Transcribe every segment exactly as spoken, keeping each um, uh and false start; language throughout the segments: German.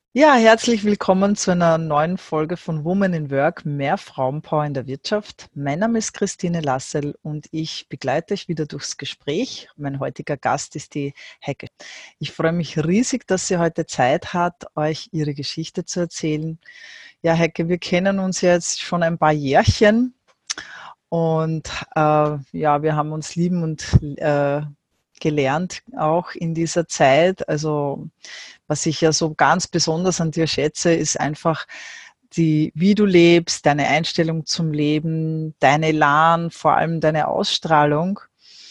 Ja, herzlich willkommen zu einer neuen Folge von Women in Work, mehr Frauenpower in der Wirtschaft. Mein Name ist Christine Lassel und ich begleite euch wieder durchs Gespräch. Mein heutiger Gast ist die Heike. Ich freue mich riesig, dass sie heute Zeit hat, euch ihre Geschichte zu erzählen. Ja, Heike, wir kennen uns ja jetzt schon ein paar Jährchen und äh, ja, wir haben uns lieben und äh, gelernt auch in dieser Zeit. Also was ich ja so ganz besonders an dir schätze, ist einfach die, wie du lebst, deine Einstellung zum Leben, dein Elan, vor allem deine Ausstrahlung.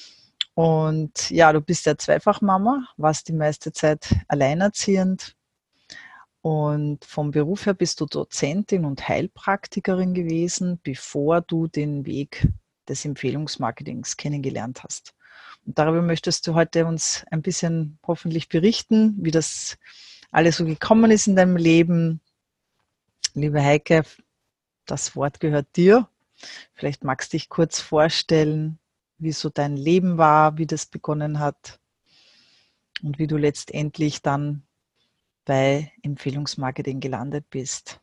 Und ja, du bist ja Zweifachmama, warst die meiste Zeit alleinerziehend. Und vom Beruf her bist du Dozentin und Heilpraktikerin gewesen, bevor du den Weg des Empfehlungsmarketings kennengelernt hast. Und darüber möchtest du heute uns ein bisschen hoffentlich berichten, wie das alles so gekommen ist in deinem Leben. Liebe Heike, das Wort gehört dir. Vielleicht magst du dich kurz vorstellen, wie so dein Leben war, wie das begonnen hat und wie du letztendlich dann bei Empfehlungsmarketing gelandet bist.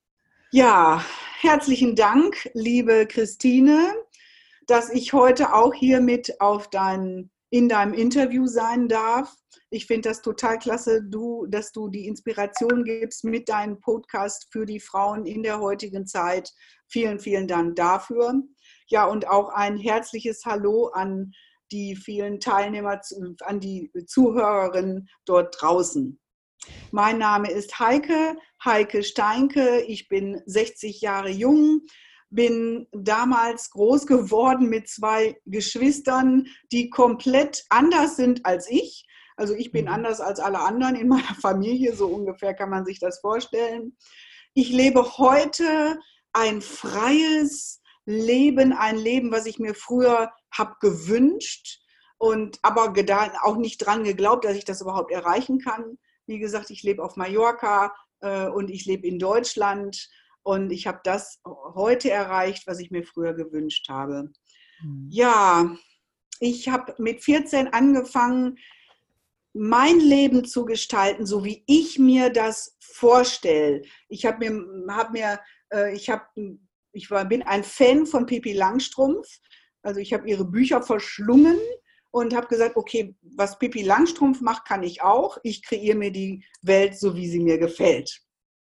Ja, herzlichen Dank, liebe Christine, dass ich heute auch hier mit auf dein, in deinem Interview sein darf. Ich finde das total klasse, du, dass du die Inspiration gibst mit deinem Podcast für die Frauen in der heutigen Zeit. Vielen, vielen Dank dafür. Ja, und auch ein herzliches Hallo an die vielen Teilnehmer, an die Zuhörerinnen dort draußen. Mein Name ist Heike, Heike Steinke. Ich bin sechzig Jahre jung, bin damals groß geworden mit zwei Geschwistern, die komplett anders sind als ich. Also ich bin anders als alle anderen in meiner Familie, so ungefähr kann man sich das vorstellen. Ich lebe heute ein freies Leben, ein Leben, was ich mir früher habe gewünscht und aber auch nicht dran geglaubt, dass ich das überhaupt erreichen kann. Wie gesagt, ich lebe auf Mallorca äh, und ich lebe in Deutschland und ich habe das heute erreicht, was ich mir früher gewünscht habe. Mhm. Ja, ich habe mit vierzehn angefangen, mein Leben zu gestalten, so wie ich mir das vorstelle. Ich habe mir, hab mir äh, ich, hab, ich war, bin ein Fan von Pippi Langstrumpf. Also ich habe ihre Bücher verschlungen und habe gesagt, okay, was Pippi Langstrumpf macht, kann ich auch. Ich kreiere mir die Welt so, wie sie mir gefällt.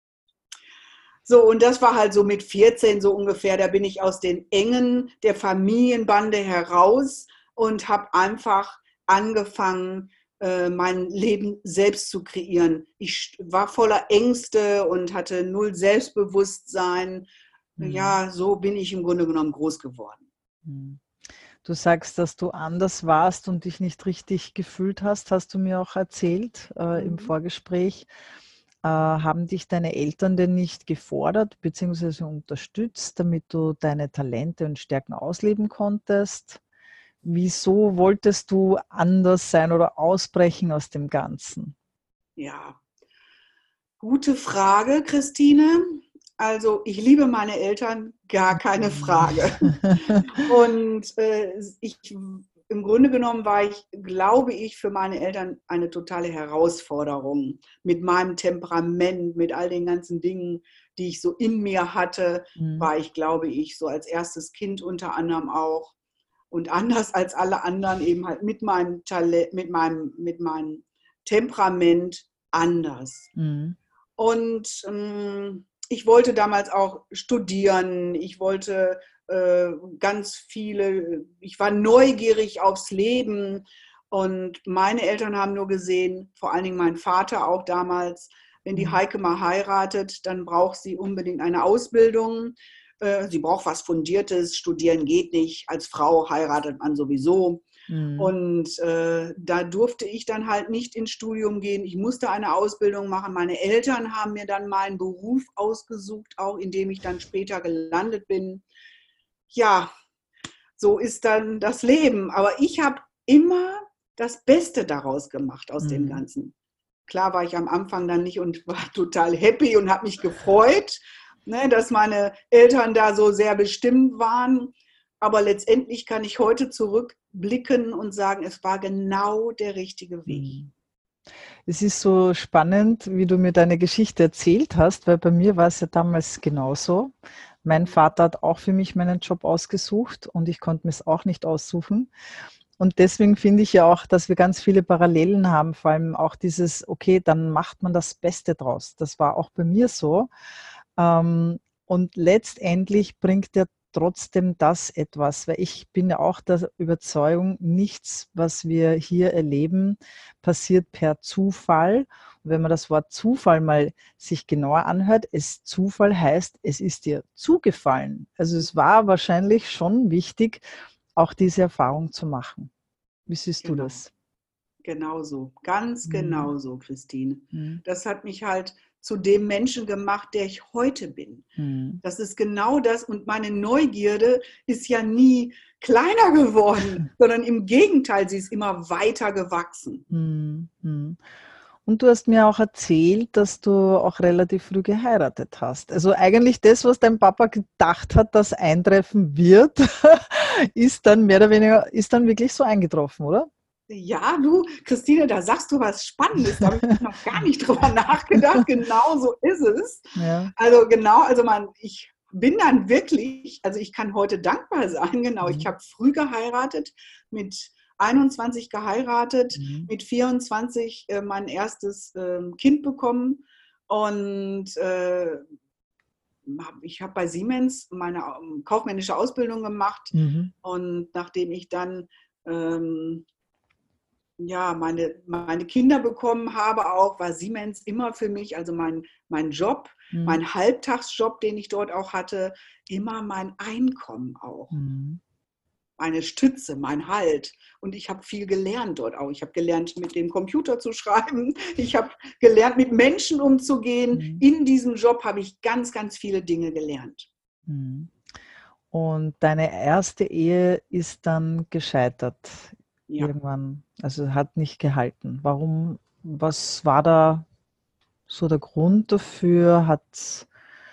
So, und das war halt so mit vierzehn so ungefähr, da bin ich aus den Engen der Familienbande heraus und habe einfach angefangen, äh, mein Leben selbst zu kreieren. Ich war voller Ängste und hatte null Selbstbewusstsein. Mhm. Ja, so bin ich im Grunde genommen groß geworden. Mhm. Du sagst, dass du anders warst und dich nicht richtig gefühlt hast, hast du mir auch erzählt äh, im Mhm. Vorgespräch. Äh, haben dich deine Eltern denn nicht gefordert bzw. unterstützt, damit du deine Talente und Stärken ausleben konntest? Wieso wolltest du anders sein oder ausbrechen aus dem Ganzen? Ja, gute Frage, Christine. Also ich liebe meine Eltern, gar keine Mhm. Frage. Und äh, ich, im Grunde genommen war ich, glaube ich, für meine Eltern eine totale Herausforderung. Mit meinem Temperament, mit all den ganzen Dingen, die ich so in mir hatte, Mhm. war ich, glaube ich, so als erstes Kind unter anderem auch. Und anders als alle anderen eben halt mit meinem Talent, mit meinem, mit meinem Temperament anders. Mhm. Und ähm, ich wollte damals auch studieren. Ich wollte äh, ganz viele, ich war neugierig aufs Leben. Und meine Eltern haben nur gesehen, vor allen Dingen mein Vater auch damals, wenn die Mhm. Heike mal heiratet, dann braucht sie unbedingt eine Ausbildung. Äh, sie braucht was Fundiertes, studieren geht nicht. Als Frau heiratet man sowieso. Mhm. Und äh, da durfte ich dann halt nicht ins Studium gehen. Ich musste eine Ausbildung machen. Meine Eltern haben mir dann meinen Beruf ausgesucht, auch in dem ich dann später gelandet bin. Ja, so ist dann das Leben. Aber ich habe immer das Beste daraus gemacht aus dem Mhm. Ganzen. Klar war ich am Anfang dann nicht und war total happy und habe mich gefreut, ne, dass meine Eltern da so sehr bestimmt waren. Aber letztendlich kann ich heute zurückblicken und sagen, es war genau der richtige Weg. Mhm. Es ist so spannend, wie du mir deine Geschichte erzählt hast, weil bei mir war es ja damals genauso. Mein Vater hat auch für mich meinen Job ausgesucht und ich konnte mir es auch nicht aussuchen. Und deswegen finde ich ja auch, dass wir ganz viele Parallelen haben, vor allem auch dieses, okay, dann macht man das Beste draus. Das war auch bei mir so. Ähm, und letztendlich bringt ja trotzdem das etwas, weil ich bin ja auch der Überzeugung, nichts, was wir hier erleben, passiert per Zufall. Und wenn man das Wort Zufall mal sich genauer anhört, es Zufall heißt, es ist dir zugefallen. Also es war wahrscheinlich schon wichtig, auch diese Erfahrung zu machen. Wie siehst du Genau. das? Genauso, ganz Mhm. genauso, Christine. Mhm. Das hat mich halt zu dem Menschen gemacht, der ich heute bin. Mhm. Das ist genau das. Und meine Neugierde ist ja nie kleiner geworden, sondern im Gegenteil, sie ist immer weiter gewachsen. Mhm. Mhm. Und du hast mir auch erzählt, dass du auch relativ früh geheiratet hast. Also eigentlich das, was dein Papa gedacht hat, dass eintreffen wird, ist dann mehr oder weniger, ist dann wirklich so eingetroffen, oder? Ja, du, Christine, da sagst du was Spannendes. Da habe ich noch gar nicht drüber nachgedacht. Genau so ist es. Ja. Also genau, also man, ich bin dann wirklich, also ich kann heute dankbar sein. Genau, ich Mhm. habe früh geheiratet, mit einundzwanzig geheiratet, Mhm. mit vierundzwanzig äh, mein erstes ähm, Kind bekommen und äh, hab- ich habe bei Siemens meine ähm, kaufmännische Ausbildung gemacht Mhm. und nachdem ich dann ähm, ja, meine, meine Kinder bekommen habe auch, war Siemens immer für mich, also mein, mein Job, Mhm. mein Halbtagsjob, den ich dort auch hatte, immer mein Einkommen auch, Mhm. meine Stütze, mein Halt. Und ich habe viel gelernt dort auch. Ich habe gelernt, mit dem Computer zu schreiben. Ich habe gelernt, mit Menschen umzugehen. Mhm. In diesem Job habe ich ganz, ganz viele Dinge gelernt. Mhm. Und deine erste Ehe ist dann gescheitert Ja. irgendwann. Also hat nicht gehalten. Warum? Was war da so der Grund dafür? Hat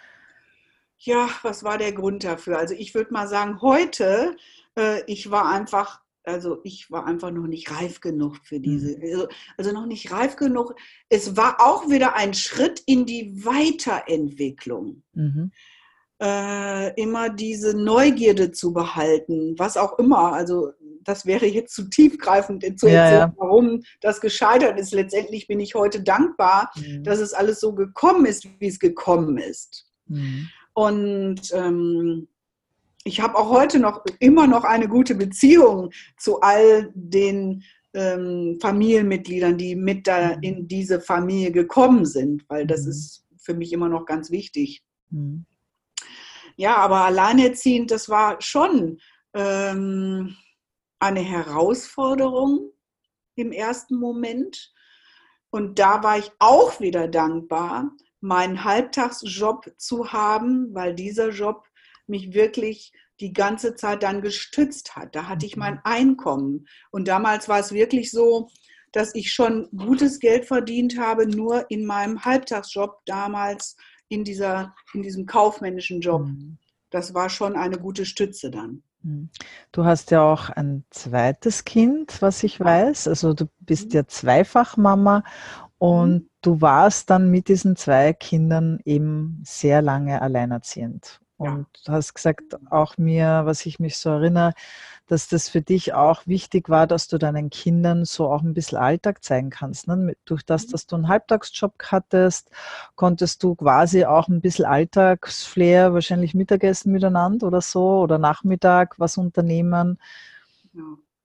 Ja, was war der Grund dafür? Also ich würde mal sagen, heute, äh, ich war einfach, also ich war einfach noch nicht reif genug für diese, mhm. also, also noch nicht reif genug. Es war auch wieder ein Schritt in die Weiterentwicklung. Mhm. Äh, immer diese Neugierde zu behalten, was auch immer. Also das wäre jetzt zu tiefgreifend zu Ja, erzählen, ja. warum das gescheitert ist. Letztendlich bin ich heute dankbar, Mhm. dass es alles so gekommen ist, wie es gekommen ist. Mhm. Und ähm, ich habe auch heute noch immer noch eine gute Beziehung zu all den ähm, Familienmitgliedern, die mit da Mhm. in diese Familie gekommen sind, weil das Mhm. ist für mich immer noch ganz wichtig. Mhm. Ja, aber alleinerziehend, das war schon ähm, eine Herausforderung im ersten Moment. Und da war ich auch wieder dankbar, meinen Halbtagsjob zu haben, weil dieser Job mich wirklich die ganze Zeit dann gestützt hat. Da hatte ich mein Mhm. Einkommen. Und damals war es wirklich so, dass ich schon gutes Geld verdient habe, nur in meinem Halbtagsjob damals in, dieser, in diesem kaufmännischen Job. Mhm. Das war schon eine gute Stütze dann. Mhm. Du hast ja auch ein zweites Kind, was ich Ja. weiß. Also du bist ja Zweifachmama und du warst dann mit diesen zwei Kindern eben sehr lange alleinerziehend. Ja. Und du hast gesagt, auch mir, was ich mich so erinnere, dass das für dich auch wichtig war, dass du deinen Kindern so auch ein bisschen Alltag zeigen kannst. Ne? Mit- Durch das, dass du einen Halbtagsjob hattest, konntest du quasi auch ein bisschen Alltagsflair, wahrscheinlich Mittagessen miteinander oder so oder Nachmittag was unternehmen. Ja.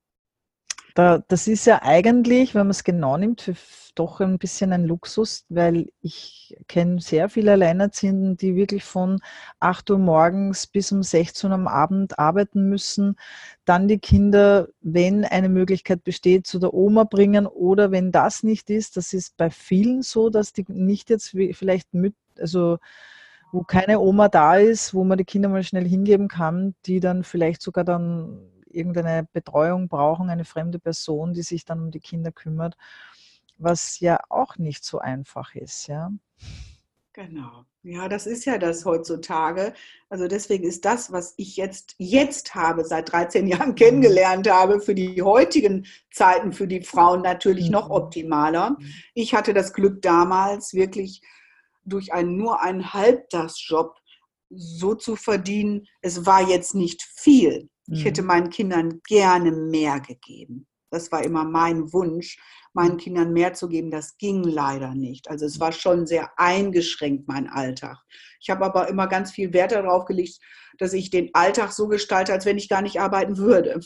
Da, das ist ja eigentlich, wenn man es genau nimmt, für, doch ein bisschen ein Luxus, weil ich kenne sehr viele Alleinerziehenden, die wirklich von acht Uhr morgens bis um sechzehn Uhr am Abend arbeiten müssen, dann die Kinder, wenn eine Möglichkeit besteht, zu der Oma bringen oder wenn das nicht ist, das ist bei vielen so, dass die nicht jetzt wie- vielleicht mit, also wo keine Oma da ist, wo man die Kinder mal schnell hingeben kann, die dann vielleicht sogar dann irgendeine Betreuung brauchen, eine fremde Person, die sich dann um die Kinder kümmert, was ja auch nicht so einfach ist, ja. Genau. Ja, das ist ja das heutzutage. Also deswegen ist das, was ich jetzt, jetzt habe, seit dreizehn Jahren Mhm. kennengelernt habe, für die heutigen Zeiten, für die Frauen natürlich noch Mhm. optimaler. Ich hatte das Glück damals wirklich durch einen, nur einen Halbtagsjob so zu verdienen. Es war jetzt nicht viel. Ich hätte Mhm. meinen Kindern gerne mehr gegeben. Das war immer mein Wunsch, meinen Kindern mehr zu geben. Das ging leider nicht. Also es war schon sehr eingeschränkt, mein Alltag. Ich habe aber immer ganz viel Wert darauf gelegt, dass ich den Alltag so gestalte, als wenn ich gar nicht arbeiten würde.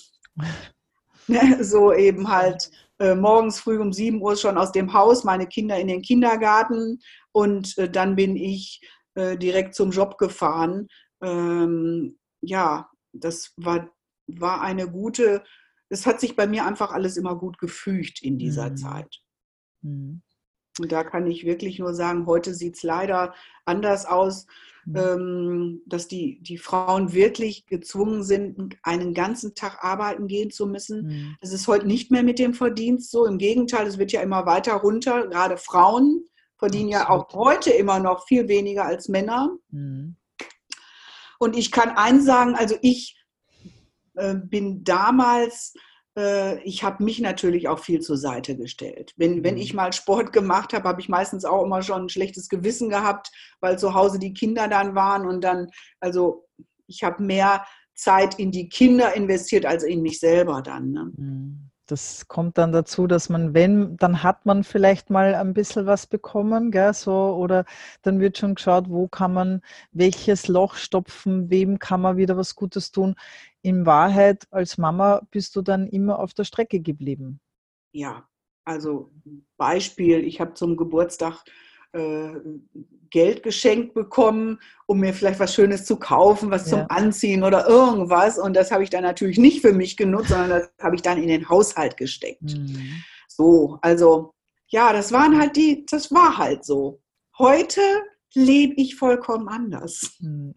Ne? So eben halt äh, morgens früh um sieben Uhr schon aus dem Haus, meine Kinder in den Kindergarten und äh, dann bin ich äh, direkt zum Job gefahren. Ähm, ja, das war, war eine gute, es hat sich bei mir einfach alles immer gut gefügt in dieser Mhm. Zeit. Mhm. Und da kann ich wirklich nur sagen, heute sieht es leider anders aus, Mhm. ähm, dass die, die Frauen wirklich gezwungen sind, einen ganzen Tag arbeiten gehen zu müssen. Mhm. Es ist heute nicht mehr mit dem Verdienst so. Im Gegenteil, es wird ja immer weiter runter. Gerade Frauen verdienen ja auch Absolut. heute immer noch viel weniger als Männer. Mhm. Und ich kann eins sagen, also ich äh, bin damals, äh, ich habe mich natürlich auch viel zur Seite gestellt. Wenn, wenn ich Mhm. mal Sport gemacht habe, habe ich meistens auch immer schon ein schlechtes Gewissen gehabt, weil zu Hause die Kinder dann waren und dann, also ich habe mehr Zeit in die Kinder investiert als in mich selber dann. Ne? Mhm. Das kommt dann dazu, dass man, wenn, dann hat man vielleicht mal ein bisschen was bekommen, gell, so, oder dann wird schon geschaut, wo kann man welches Loch stopfen, wem kann man wieder was Gutes tun. In Wahrheit, als Mama bist du dann immer auf der Strecke geblieben. Ja, also Beispiel, ich habe zum Geburtstag äh, Geld geschenkt bekommen, um mir vielleicht was Schönes zu kaufen, was zum Ja. Anziehen oder irgendwas. Und das habe ich dann natürlich nicht für mich genutzt, sondern das habe ich dann in den Haushalt gesteckt. Mhm. So, also ja, das waren halt die, das war halt so. Heute lebe ich vollkommen anders. Mhm.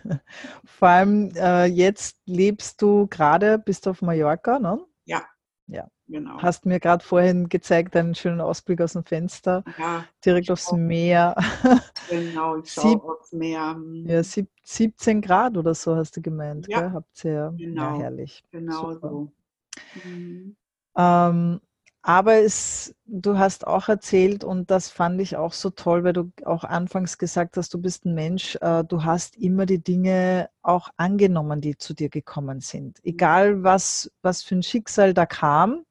Vor allem äh, jetzt lebst du gerade, bist du auf Mallorca, ne? Ja, Ja. genau. Hast mir gerade vorhin gezeigt, einen schönen Ausblick aus dem Fenster, Ja, direkt ich aufs schau, Meer. genau, ich Sieb, schaue aufs Meer. ja, Hm. sieb, siebzehn Grad oder so hast du gemeint, Ja, gell? Habt ihr, ja, genau, herrlich. genau Super. so. Mhm. Ähm, aber es, du hast auch erzählt, und das fand ich auch so toll, weil du auch anfangs gesagt hast, du bist ein Mensch, äh, du hast immer die Dinge auch angenommen, die zu dir gekommen sind. Egal was, was für ein Schicksal da kam,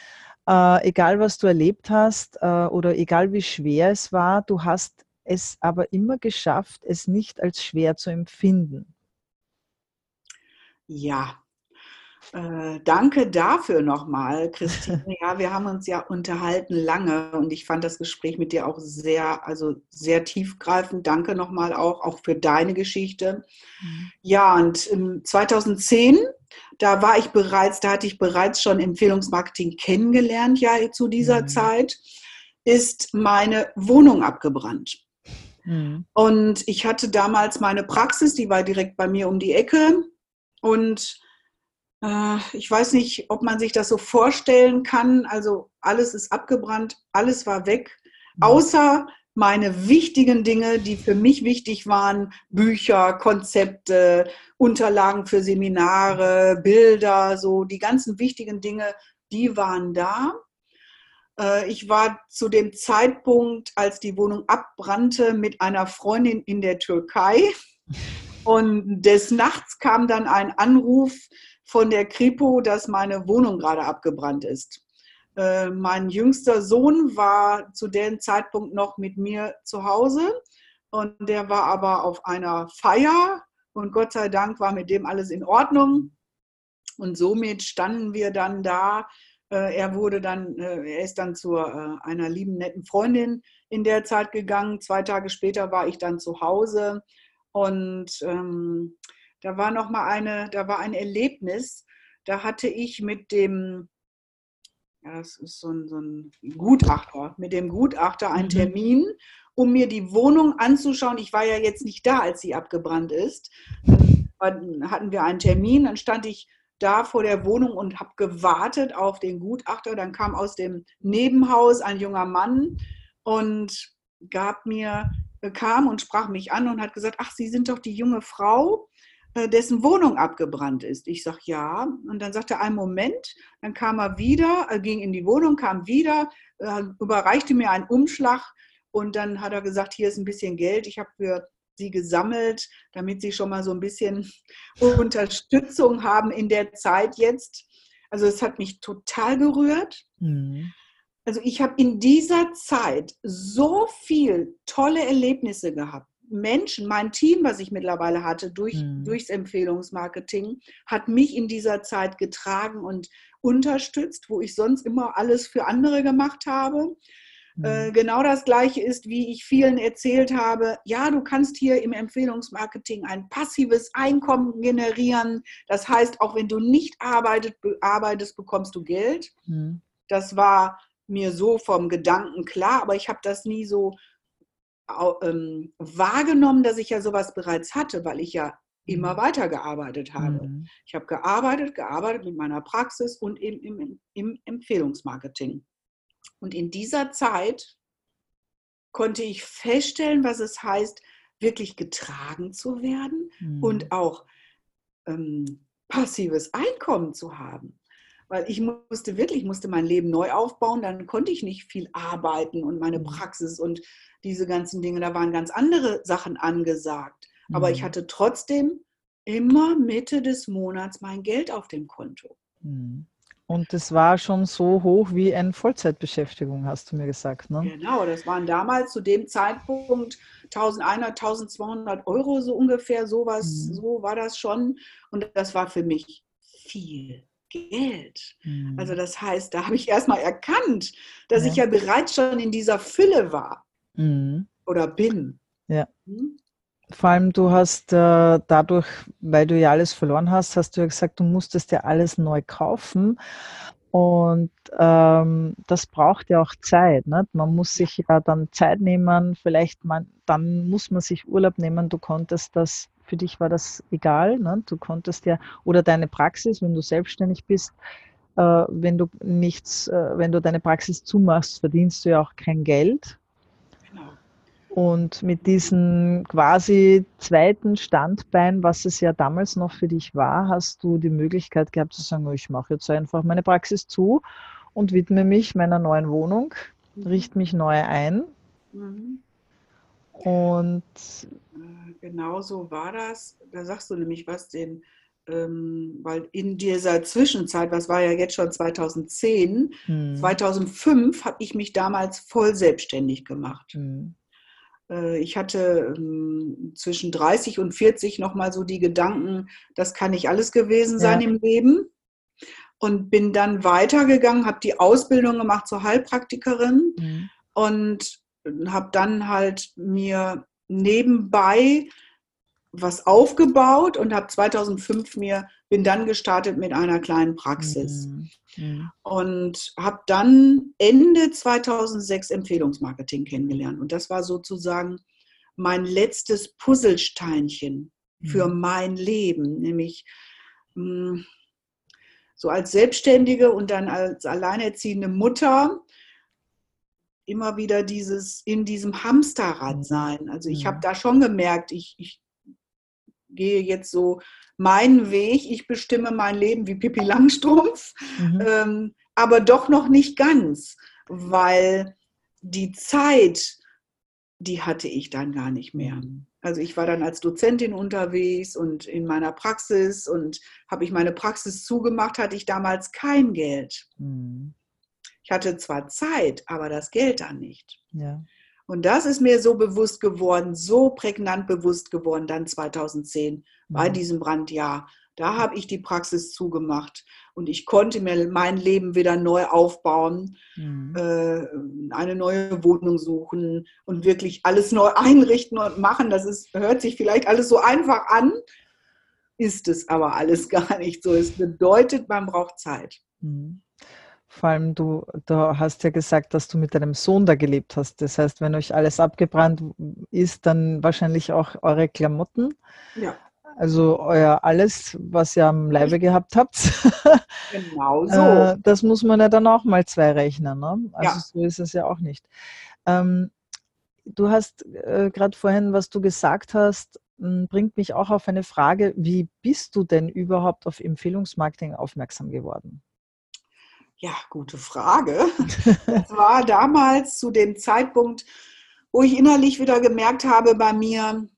äh, egal was du erlebt hast, äh, oder egal wie schwer es war, du hast es aber immer geschafft, es nicht als schwer zu empfinden. Ja, äh, danke dafür nochmal, Christine. Ja, wir haben uns ja unterhalten lange und ich fand das Gespräch mit dir auch sehr, also sehr tiefgreifend. Danke nochmal auch, auch für deine Geschichte. Mhm. Ja, und im zweitausendzehn, da war ich bereits, da hatte ich bereits schon Empfehlungsmarketing kennengelernt, ja, zu dieser Mhm. Zeit, ist meine Wohnung abgebrannt. Mhm. Und ich hatte damals meine Praxis, die war direkt bei mir um die Ecke. Und äh, ich weiß nicht, ob man sich das so vorstellen kann. Also alles ist abgebrannt, alles war weg, Mhm. außer meine wichtigen Dinge, die für mich wichtig waren: Bücher, Konzepte, Unterlagen für Seminare, Bilder, so die ganzen wichtigen Dinge, die waren da. Äh, Ich war zu dem Zeitpunkt, als die Wohnung abbrannte, mit einer Freundin in der Türkei. Und des Nachts kam dann ein Anruf von der Kripo, dass meine Wohnung gerade abgebrannt ist. Äh, mein jüngster Sohn war zu dem Zeitpunkt noch mit mir zu Hause und der war aber auf einer Feier und Gott sei Dank war mit dem alles in Ordnung. Und somit standen wir dann da. Äh, er wurde dann, äh, er ist dann zu äh, einer lieben, netten Freundin in der Zeit gegangen. Zwei Tage später war ich dann zu Hause und ähm, da war noch mal eine, da war ein Erlebnis. Da hatte ich mit dem, ja, das ist so ein, so ein Gutachter, mit dem Gutachter einen Mhm. Termin, um mir die Wohnung anzuschauen. Ich war ja jetzt nicht da, als sie abgebrannt ist. Dann hatten wir einen Termin, dann stand ich da vor der Wohnung und habe gewartet auf den Gutachter. Dann kam aus dem Nebenhaus ein junger Mann und gab mir äh, kam und sprach mich an und hat gesagt, ach, Sie sind doch die junge Frau, äh, dessen Wohnung abgebrannt ist. Ich sage, ja. Und dann sagte er, einen Moment. Dann kam er wieder, äh, ging in die Wohnung, kam wieder, äh, überreichte mir einen Umschlag und dann hat er gesagt, hier ist ein bisschen Geld. Ich habe für Sie gesammelt, damit Sie schon mal so ein bisschen Unterstützung haben in der Zeit jetzt. Also es hat mich total gerührt. Mhm. Also ich habe in dieser Zeit so viel tolle Erlebnisse gehabt. Menschen, mein Team, was ich mittlerweile hatte, durch, mhm. durchs Empfehlungsmarketing, hat mich in dieser Zeit getragen und unterstützt, wo ich sonst immer alles für andere gemacht habe. Mhm. Äh, genau das Gleiche ist, wie ich vielen erzählt habe, ja, du kannst hier im Empfehlungsmarketing ein passives Einkommen generieren. Das heißt, auch wenn du nicht arbeitet, arbeitest, bekommst du Geld. Mhm. Das war mir so vom Gedanken klar, aber ich habe das nie so ähm, wahrgenommen, dass ich ja sowas bereits hatte, weil ich ja immer weitergearbeitet habe. Mhm. Ich habe gearbeitet, gearbeitet mit meiner Praxis und im, im, im Empfehlungsmarketing. Und in dieser Zeit konnte ich feststellen, was es heißt, wirklich getragen zu werden mhm. und auch ähm, passives Einkommen zu haben. Weil ich musste wirklich, musste mein Leben neu aufbauen, dann konnte ich nicht viel arbeiten und meine Praxis und diese ganzen Dinge, da waren ganz andere Sachen angesagt. Aber mhm. ich hatte trotzdem immer Mitte des Monats mein Geld auf dem Konto. Und das war schon so hoch wie eine Vollzeitbeschäftigung, hast du mir gesagt, ne? Genau, das waren damals zu dem Zeitpunkt eintausendeinhundert, eintausendzweihundert Euro so ungefähr, sowas, mhm. so war das schon. Und das war für mich viel Geld. Mhm. Also das heißt, da habe ich erstmal erkannt, dass ja. ich ja bereits schon in dieser Fülle war mhm. oder bin. Ja. Mhm. Vor allem, du hast äh, dadurch, weil du ja alles verloren hast, hast du ja gesagt, du musstest ja alles neu kaufen. Und ähm, das braucht ja auch Zeit. Nicht? Man muss sich ja dann Zeit nehmen, vielleicht man, dann muss man sich Urlaub nehmen. Du konntest das, für dich war das egal. Nicht? Du konntest ja, oder deine Praxis, wenn du selbstständig bist, äh, wenn du nichts, äh, wenn du deine Praxis zumachst, verdienst du ja auch kein Geld. Genau. Und mit diesem quasi zweiten Standbein, was es ja damals noch für dich war, hast du die Möglichkeit gehabt zu sagen, ich mache jetzt einfach meine Praxis zu und widme mich meiner neuen Wohnung, richte mich neu ein. Mhm. Und genau so war das. Da sagst du nämlich was, den, ähm, weil in dieser Zwischenzeit, was war ja jetzt schon zweitausendzehn, hm. zweitausendfünf habe ich mich damals voll selbstständig gemacht. Hm. Ich hatte ähm, zwischen dreißig und vierzig nochmal so die Gedanken, das kann nicht alles gewesen sein ja. im Leben. Und bin dann weitergegangen, habe die Ausbildung gemacht zur Heilpraktikerin mhm. und habe dann halt mir nebenbei was aufgebaut und habe zweitausendfünf mir, bin dann gestartet mit einer kleinen Praxis. Mhm. Mhm. Und habe dann Ende zweitausendsechs Empfehlungsmarketing kennengelernt. Und das war sozusagen mein letztes Puzzlesteinchen mhm. für mein Leben. Nämlich mh, so als Selbstständige und dann als alleinerziehende Mutter immer wieder dieses in diesem Hamsterrad sein. Also ich habe da schon gemerkt, ich, ich gehe jetzt so meinen Weg, ich bestimme mein Leben wie Pippi Langstrumpf, mhm. ähm, aber doch noch nicht ganz, weil die Zeit, die hatte ich dann gar nicht mehr. Also ich war dann als Dozentin unterwegs und in meiner Praxis und habe ich meine Praxis zugemacht, hatte ich damals kein Geld. Mhm. Ich hatte zwar Zeit, aber das Geld dann nicht. Ja. Und das ist mir so bewusst geworden, so prägnant bewusst geworden, dann zweitausendzehn, mhm. bei diesem Brandjahr. Da habe ich die Praxis zugemacht und ich konnte mir mein Leben wieder neu aufbauen, mhm. äh, eine neue Wohnung suchen und wirklich alles neu einrichten und machen. Das ist, hört sich vielleicht alles so einfach an, ist es aber alles gar nicht so. Es bedeutet, man braucht Zeit. Mhm. Vor allem, du, du hast ja gesagt, dass du mit deinem Sohn da gelebt hast. Das heißt, wenn euch alles abgebrannt ist, dann wahrscheinlich auch eure Klamotten. Ja. Also euer alles, was ihr am Leibe gehabt habt. Genau so. Das muss man ja dann auch mal zwei rechnen. Ne? Also ja. so ist es ja auch nicht. Ähm, du hast äh, gerade vorhin, was du gesagt hast, m, bringt mich auch auf eine Frage, wie bist du denn überhaupt auf Empfehlungsmarketing aufmerksam geworden? Ja, gute Frage. Das war damals zu dem Zeitpunkt, wo ich innerlich wieder gemerkt habe bei mir,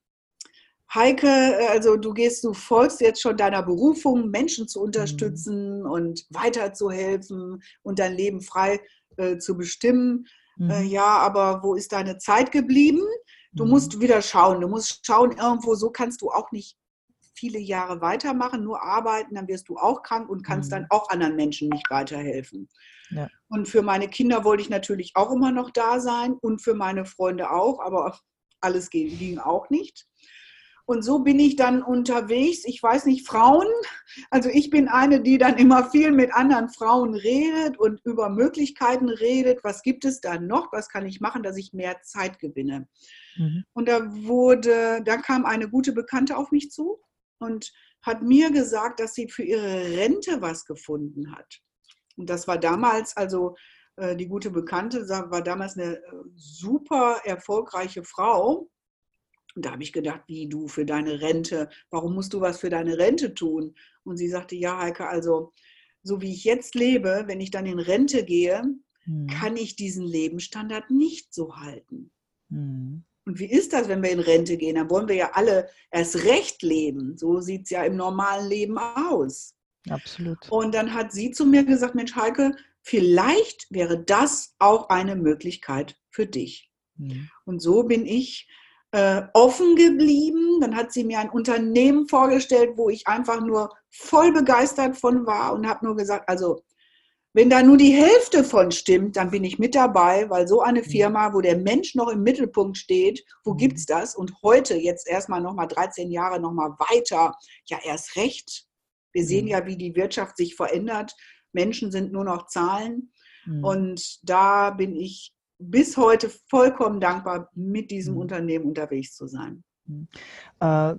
Heike, also du gehst, du folgst jetzt schon deiner Berufung, Menschen zu Mhm. unterstützen und weiterzuhelfen und dein Leben frei äh, zu bestimmen. Äh, Mhm. ja, aber wo ist deine Zeit geblieben? Du Mhm. musst wieder schauen. Du musst schauen, irgendwo, so kannst du auch nicht viele Jahre weitermachen, nur arbeiten, dann wirst du auch krank und kannst dann Mhm. auch anderen Menschen nicht weiterhelfen. Ja. Und für meine Kinder wollte ich natürlich auch immer noch da sein und für meine Freunde auch, aber alles ging auch nicht. Und so bin ich dann unterwegs. Ich weiß nicht, Frauen, also ich bin eine, die dann immer viel mit anderen Frauen redet und über Möglichkeiten redet. Was gibt es da noch? Was kann ich machen, dass ich mehr Zeit gewinne? Mhm. Und da wurde, da kam eine gute Bekannte auf mich zu und hat mir gesagt, dass sie für ihre Rente was gefunden hat. Und das war damals, also äh, die gute Bekannte war damals eine äh, super erfolgreiche Frau. Und da habe ich gedacht, wie du für deine Rente, warum musst du was für deine Rente tun? Und sie sagte, ja, Heike, also so wie ich jetzt lebe, wenn ich dann in Rente gehe, Mhm. kann ich diesen Lebensstandard nicht so halten. Mhm. Und wie ist das, wenn wir in Rente gehen? Dann wollen wir ja alle erst recht leben. So sieht es ja im normalen Leben aus. Absolut. Und dann hat sie zu mir gesagt, Mensch, Heike, vielleicht wäre das auch eine Möglichkeit für dich. Mhm. Und so bin ich äh, offen geblieben. Dann hat sie mir ein Unternehmen vorgestellt, wo ich einfach nur voll begeistert von war und habe nur gesagt, also wenn da nur die Hälfte von stimmt, dann bin ich mit dabei, weil so eine Mhm. Firma, wo der Mensch noch im Mittelpunkt steht, wo gibt Mhm. es das? Und heute jetzt erstmal nochmal dreizehn Jahre nochmal weiter, ja erst recht. Wir sehen Mhm. ja, wie die Wirtschaft sich verändert. Menschen sind nur noch Zahlen. Mhm. Und da bin ich bis heute vollkommen dankbar, mit diesem Mhm. Unternehmen unterwegs zu sein. Mhm. Äh,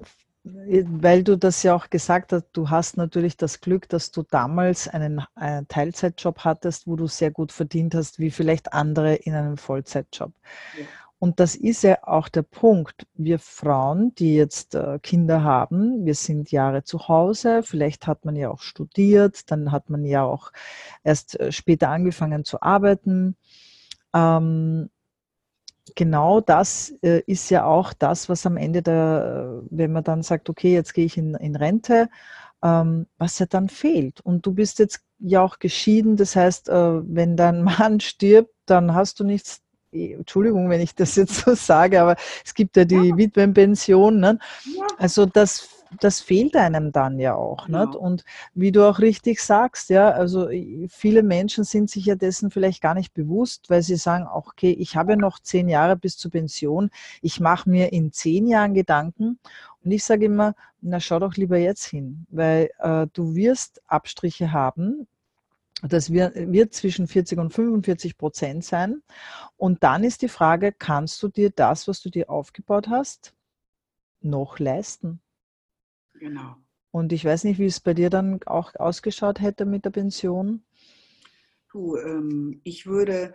weil du das ja auch gesagt hast, du hast natürlich das Glück, dass du damals einen, einen Teilzeitjob hattest, wo du sehr gut verdient hast, wie vielleicht andere in einem Vollzeitjob. Ja. Und das ist ja auch der Punkt. Wir Frauen, die jetzt äh, Kinder haben, wir sind Jahre zu Hause, vielleicht hat man ja auch studiert, dann hat man ja auch erst äh, später angefangen zu arbeiten. Ähm, Genau das äh, ist ja auch das, was am Ende der, äh, wenn man dann sagt, okay, jetzt gehe ich in, in Rente, ähm, was ja dann fehlt. Und du bist jetzt ja auch geschieden, das heißt, äh, wenn dein Mann stirbt, dann hast du nichts, eh, Entschuldigung, wenn ich das jetzt so sage, aber es gibt ja die Ja, Witwenpension, ne? ja, Also das, das fehlt einem dann ja auch, nicht? genau. Und wie du auch richtig sagst, ja, also viele Menschen sind sich ja dessen vielleicht gar nicht bewusst, weil sie sagen, okay, ich habe noch zehn Jahre bis zur Pension, ich mache mir in zehn Jahren Gedanken und ich sage immer, na schau doch lieber jetzt hin, weil äh, du wirst Abstriche haben, das wird, wird zwischen vierzig und fünfundvierzig Prozent sein und dann ist die Frage, kannst du dir das, was du dir aufgebaut hast, noch leisten? Genau. Und ich weiß nicht, wie es bei dir dann auch ausgeschaut hätte mit der Pension. Du, ähm, ich würde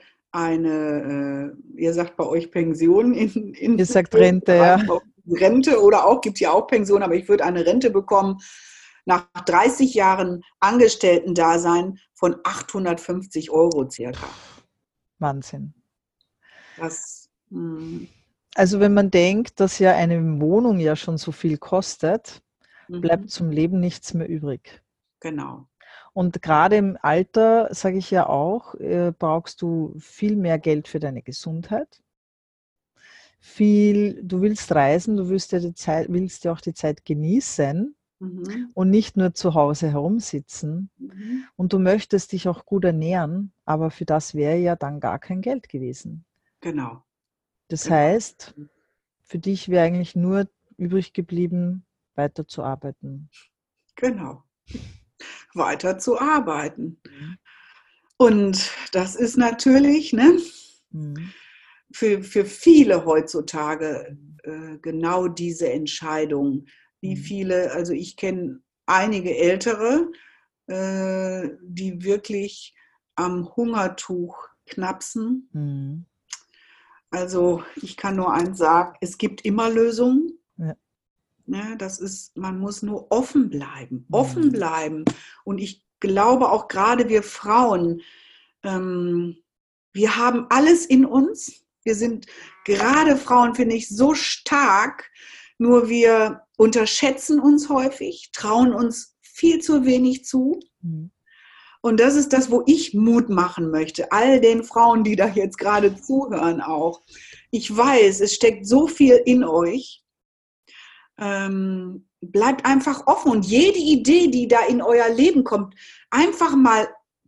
eine, äh, ihr sagt bei euch Pension in, Ihr in sagt Rente, Österreich, ja. Rente oder auch, gibt es ja auch Pension, aber ich würde eine Rente bekommen nach dreißig Jahren Angestellten-Dasein von achthundertfünfzig Euro circa. Wahnsinn. Das, mh, Also wenn man denkt, dass ja eine Wohnung ja schon so viel kostet, bleibt mhm, zum Leben nichts mehr übrig. genau, Und gerade im Alter, sage ich ja auch, äh, brauchst du viel mehr Geld für deine Gesundheit. Viel, du willst reisen, du willst ja die Zeit, willst ja auch die Zeit genießen mhm, und nicht nur zu Hause herumsitzen. mhm, Und du möchtest dich auch gut ernähren, aber für das wäre ja dann gar kein Geld gewesen. genau, Das genau, heißt, für dich wäre eigentlich nur übrig geblieben, weiterzuarbeiten. genau, weiter zu arbeiten. Mhm. Und das ist natürlich, ne, Mhm. für, für viele heutzutage äh, genau diese Entscheidung. Wie Mhm. viele, also ich kenne einige Ältere, äh, die wirklich am Hungertuch knapsen. Mhm. Also ich kann nur eins sagen, es gibt immer Lösungen. Ja. Ja, das ist, man muss nur offen bleiben, Mhm. offen bleiben. Und ich glaube auch gerade wir Frauen, ähm, wir haben alles in uns. Wir sind gerade Frauen, finde ich, so stark, nur wir unterschätzen uns häufig, trauen uns viel zu wenig zu. Mhm. Und das ist das, wo ich Mut machen möchte, all den Frauen, die da jetzt gerade zuhören auch. Ich weiß, es steckt so viel in euch. Ähm, bleibt einfach offen und jede Idee, die da in euer Leben kommt, einfach mal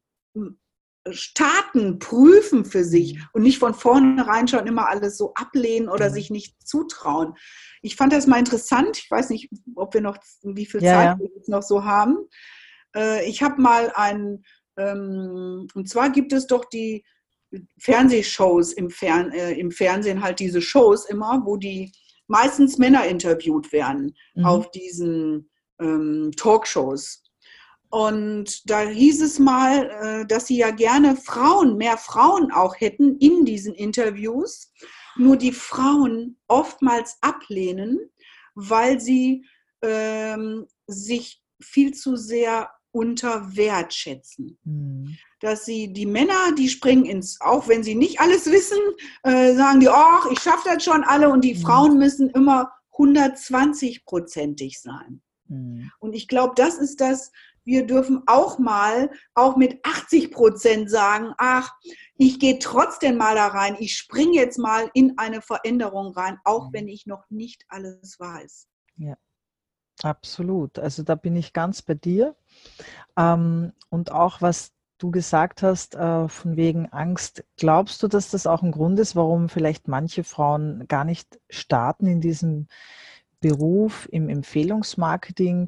starten, prüfen für sich und nicht von vornherein schon immer alles so ablehnen oder sich nicht zutrauen. Ich fand das mal interessant. Ich weiß nicht, ob wir noch, wie viel Ja, Zeit ja. wir jetzt noch so haben. Äh, ich habe mal ein, ähm, und zwar gibt es doch die Fernsehshows im, Fern, äh, im Fernsehen, halt diese Shows immer, wo die meistens Männer interviewt werden Mhm. auf diesen ähm, Talkshows. Und da hieß es mal, dass sie ja gerne Frauen, mehr Frauen auch hätten in diesen Interviews, nur die Frauen oftmals ablehnen, weil sie ähm, sich viel zu sehr unter Wert schätzen. Mhm. Dass sie, die Männer, die springen ins, auch wenn sie nicht alles wissen, äh, sagen die, ach, ich schaffe das schon alle, und die mhm. Frauen müssen immer hundertzwanzig-prozentig sein. Mhm. Und ich glaube, das ist das, wir dürfen auch mal, auch mit achtzig Prozent sagen, ach, ich gehe trotzdem mal da rein, ich springe jetzt mal in eine Veränderung rein, auch mhm. wenn ich noch nicht alles weiß. Ja, absolut. Also da bin ich ganz bei dir. Ähm, und auch was du gesagt hast, äh, von wegen Angst, glaubst du, dass das auch ein Grund ist, warum vielleicht manche Frauen gar nicht starten in diesem Beruf, im Empfehlungsmarketing?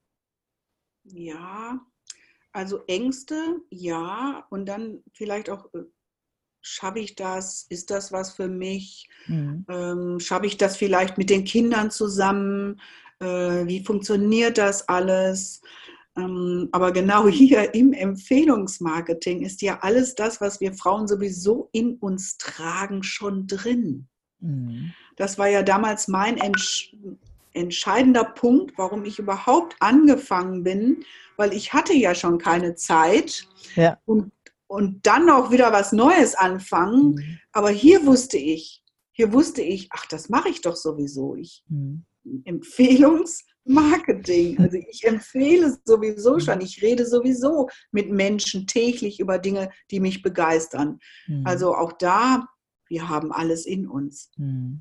Ja, also Ängste, ja, und dann vielleicht auch, schaffe ich das, ist das was für mich, mhm. ähm, schaffe ich das vielleicht mit den Kindern zusammen, äh, wie funktioniert das alles? Ähm, aber genau hier im Empfehlungsmarketing ist ja alles das, was wir Frauen sowieso in uns tragen, schon drin. Mhm. Das war ja damals mein Entsch- entscheidender Punkt, warum ich überhaupt angefangen bin, weil ich hatte ja schon keine Zeit, ja. und, und dann auch wieder was Neues anfangen. Mhm. Aber hier wusste ich, hier wusste ich, ach, das mache ich doch sowieso. Ich mhm. Empfehlungsmarketing. Also ich empfehle sowieso schon, ich rede sowieso mit Menschen täglich über Dinge, die mich begeistern. Mhm. Also auch da, wir haben alles in uns. Mhm.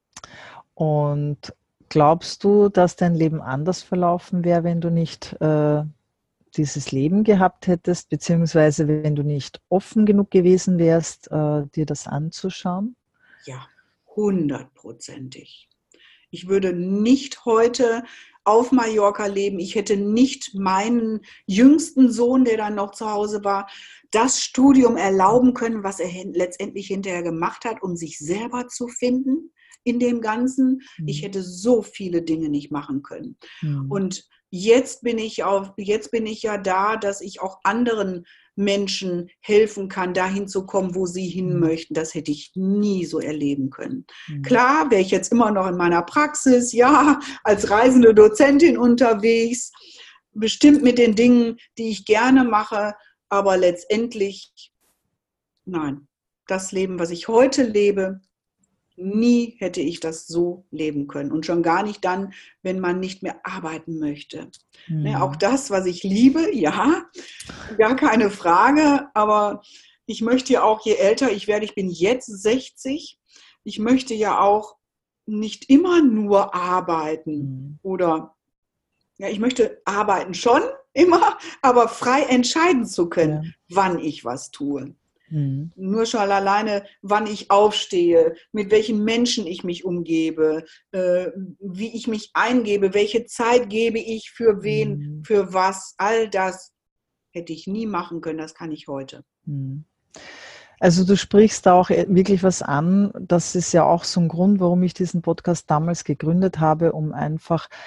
Und glaubst du, dass dein Leben anders verlaufen wäre, wenn du nicht äh, dieses Leben gehabt hättest, beziehungsweise wenn du nicht offen genug gewesen wärst, äh, dir das anzuschauen? Ja, hundertprozentig. Ich würde nicht heute auf Mallorca leben. Ich hätte nicht meinen jüngsten Sohn, der dann noch zu Hause war, das Studium erlauben können, was er letztendlich hinterher gemacht hat, um sich selber zu finden in dem Ganzen. Mhm. Ich hätte so viele Dinge nicht machen können. Mhm. Und jetzt bin ich auf, jetzt bin ich ja da, dass ich auch anderen Menschen helfen kann, dahin zu kommen, wo sie hin möchten. Das hätte ich nie so erleben können. Mhm. Klar, wäre ich jetzt immer noch in meiner Praxis, ja, als reisende Dozentin unterwegs, bestimmt mit den Dingen, die ich gerne mache, aber letztendlich, nein, das Leben, was ich heute lebe, nie hätte ich das so leben können. Und schon gar nicht dann, wenn man nicht mehr arbeiten möchte. Mhm. Ne, auch das, was ich liebe, ja, gar keine Frage. Aber ich möchte ja auch, je älter ich werde, ich bin jetzt sechzig, ich möchte ja auch nicht immer nur arbeiten. Mhm. Oder, ja, ich möchte arbeiten schon immer, aber frei entscheiden zu können, ja. wann ich was tue. Mhm. Nur schon alleine, wann ich aufstehe, mit welchen Menschen ich mich umgebe, äh, wie ich mich eingebe, welche Zeit gebe ich für wen, mhm. für was, all das hätte ich nie machen können, das kann ich heute. Mhm. Also du sprichst da auch wirklich was an, das ist ja auch so ein Grund, warum ich diesen Podcast damals gegründet habe, um einfach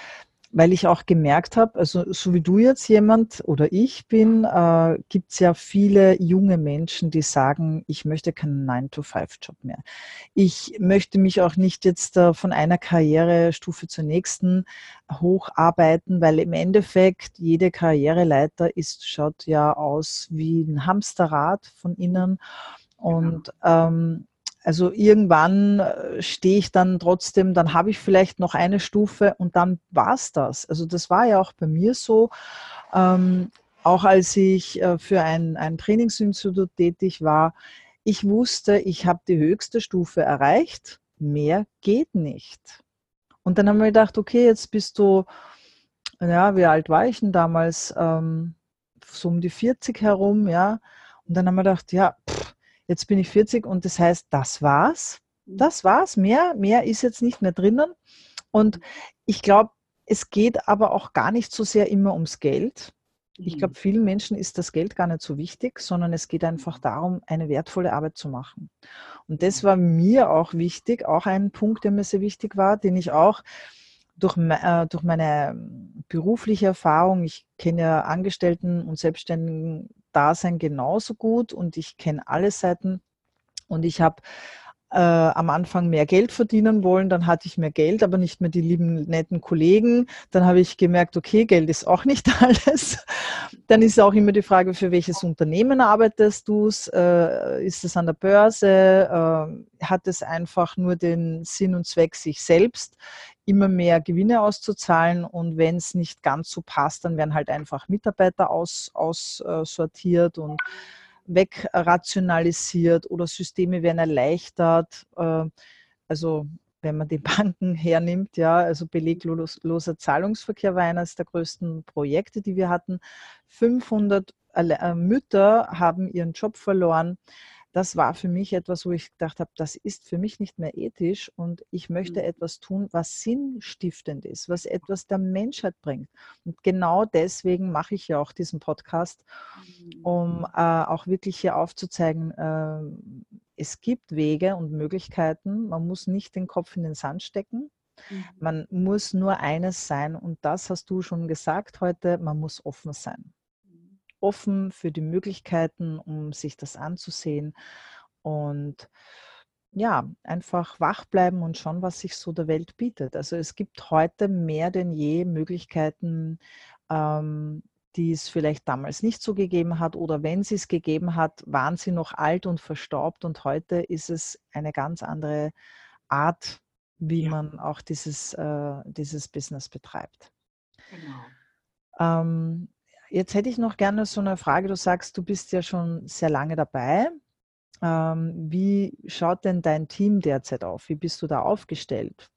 weil ich auch gemerkt habe, also so wie du jetzt jemand oder ich bin, äh, gibt es ja viele junge Menschen, die sagen, ich möchte keinen nine to five Job mehr. Ich möchte mich auch nicht jetzt äh, von einer Karrierestufe zur nächsten hocharbeiten, weil im Endeffekt jede Karriereleiter ist, schaut ja aus wie ein Hamsterrad von innen. Genau. Und ähm, also irgendwann äh, stehe ich dann trotzdem, dann habe ich vielleicht noch eine Stufe und dann war es das. Also das war ja auch bei mir so. Ähm, auch als ich äh, für ein, ein Trainingsinstitut tätig war, ich wusste, ich habe die höchste Stufe erreicht, mehr geht nicht. Und dann haben wir gedacht, okay, jetzt bist du, ja, wie alt war ich denn damals? Ähm, so um die vierzig herum, ja. Und dann haben wir gedacht, ja, pff, jetzt bin ich vierzig und das heißt, das war's. Das war's. Mehr, mehr ist jetzt nicht mehr drinnen. Und ich glaube, es geht aber auch gar nicht so sehr immer ums Geld. Ich glaube, vielen Menschen ist das Geld gar nicht so wichtig, sondern es geht einfach darum, eine wertvolle Arbeit zu machen. Und das war mir auch wichtig, auch ein Punkt, der mir sehr wichtig war, den ich auch durch, äh, durch meine berufliche Erfahrung, ich kenne ja Angestellten- und Selbstständigen-Dasein genauso gut und ich kenne alle Seiten und ich habe äh, am Anfang mehr Geld verdienen wollen, dann hatte ich mehr Geld, aber nicht mehr die lieben, netten Kollegen. Dann habe ich gemerkt, okay, Geld ist auch nicht alles. Dann ist auch immer die Frage, für welches Unternehmen arbeitest du? Äh, ist es an der Börse? Äh, hat es einfach nur den Sinn und Zweck, sich selbst immer mehr Gewinne auszuzahlen? Und wenn es nicht ganz so passt, dann werden halt einfach Mitarbeiter aus, aussortiert und wegrationalisiert oder Systeme werden erleichtert. Also wenn man die Banken hernimmt, ja, also belegloser Zahlungsverkehr war eines der größten Projekte, die wir hatten. fünfhundert Mütter haben ihren Job verloren. Das war für mich etwas, wo ich gedacht habe, das ist für mich nicht mehr ethisch und ich möchte etwas tun, was sinnstiftend ist, was etwas der Menschheit bringt. Und genau deswegen mache ich ja auch diesen Podcast, um äh, auch wirklich hier aufzuzeigen, äh, es gibt Wege und Möglichkeiten. Man muss nicht den Kopf in den Sand stecken. Man muss nur eines sein und das hast du schon gesagt heute, man muss offen sein. Offen für die Möglichkeiten, um sich das anzusehen und ja, einfach wach bleiben und schauen, was sich so der Welt bietet. Also es gibt heute mehr denn je Möglichkeiten, ähm, die es vielleicht damals nicht so gegeben hat oder wenn sie es gegeben hat, waren sie noch alt und verstaubt und heute ist es eine ganz andere Art, wie Ja, man auch dieses, äh, dieses Business betreibt. genau. Ähm, jetzt hätte ich noch gerne so eine Frage. Du sagst, du bist ja schon sehr lange dabei. Ähm, wie schaut denn dein Team derzeit auf? Wie bist du da aufgestellt?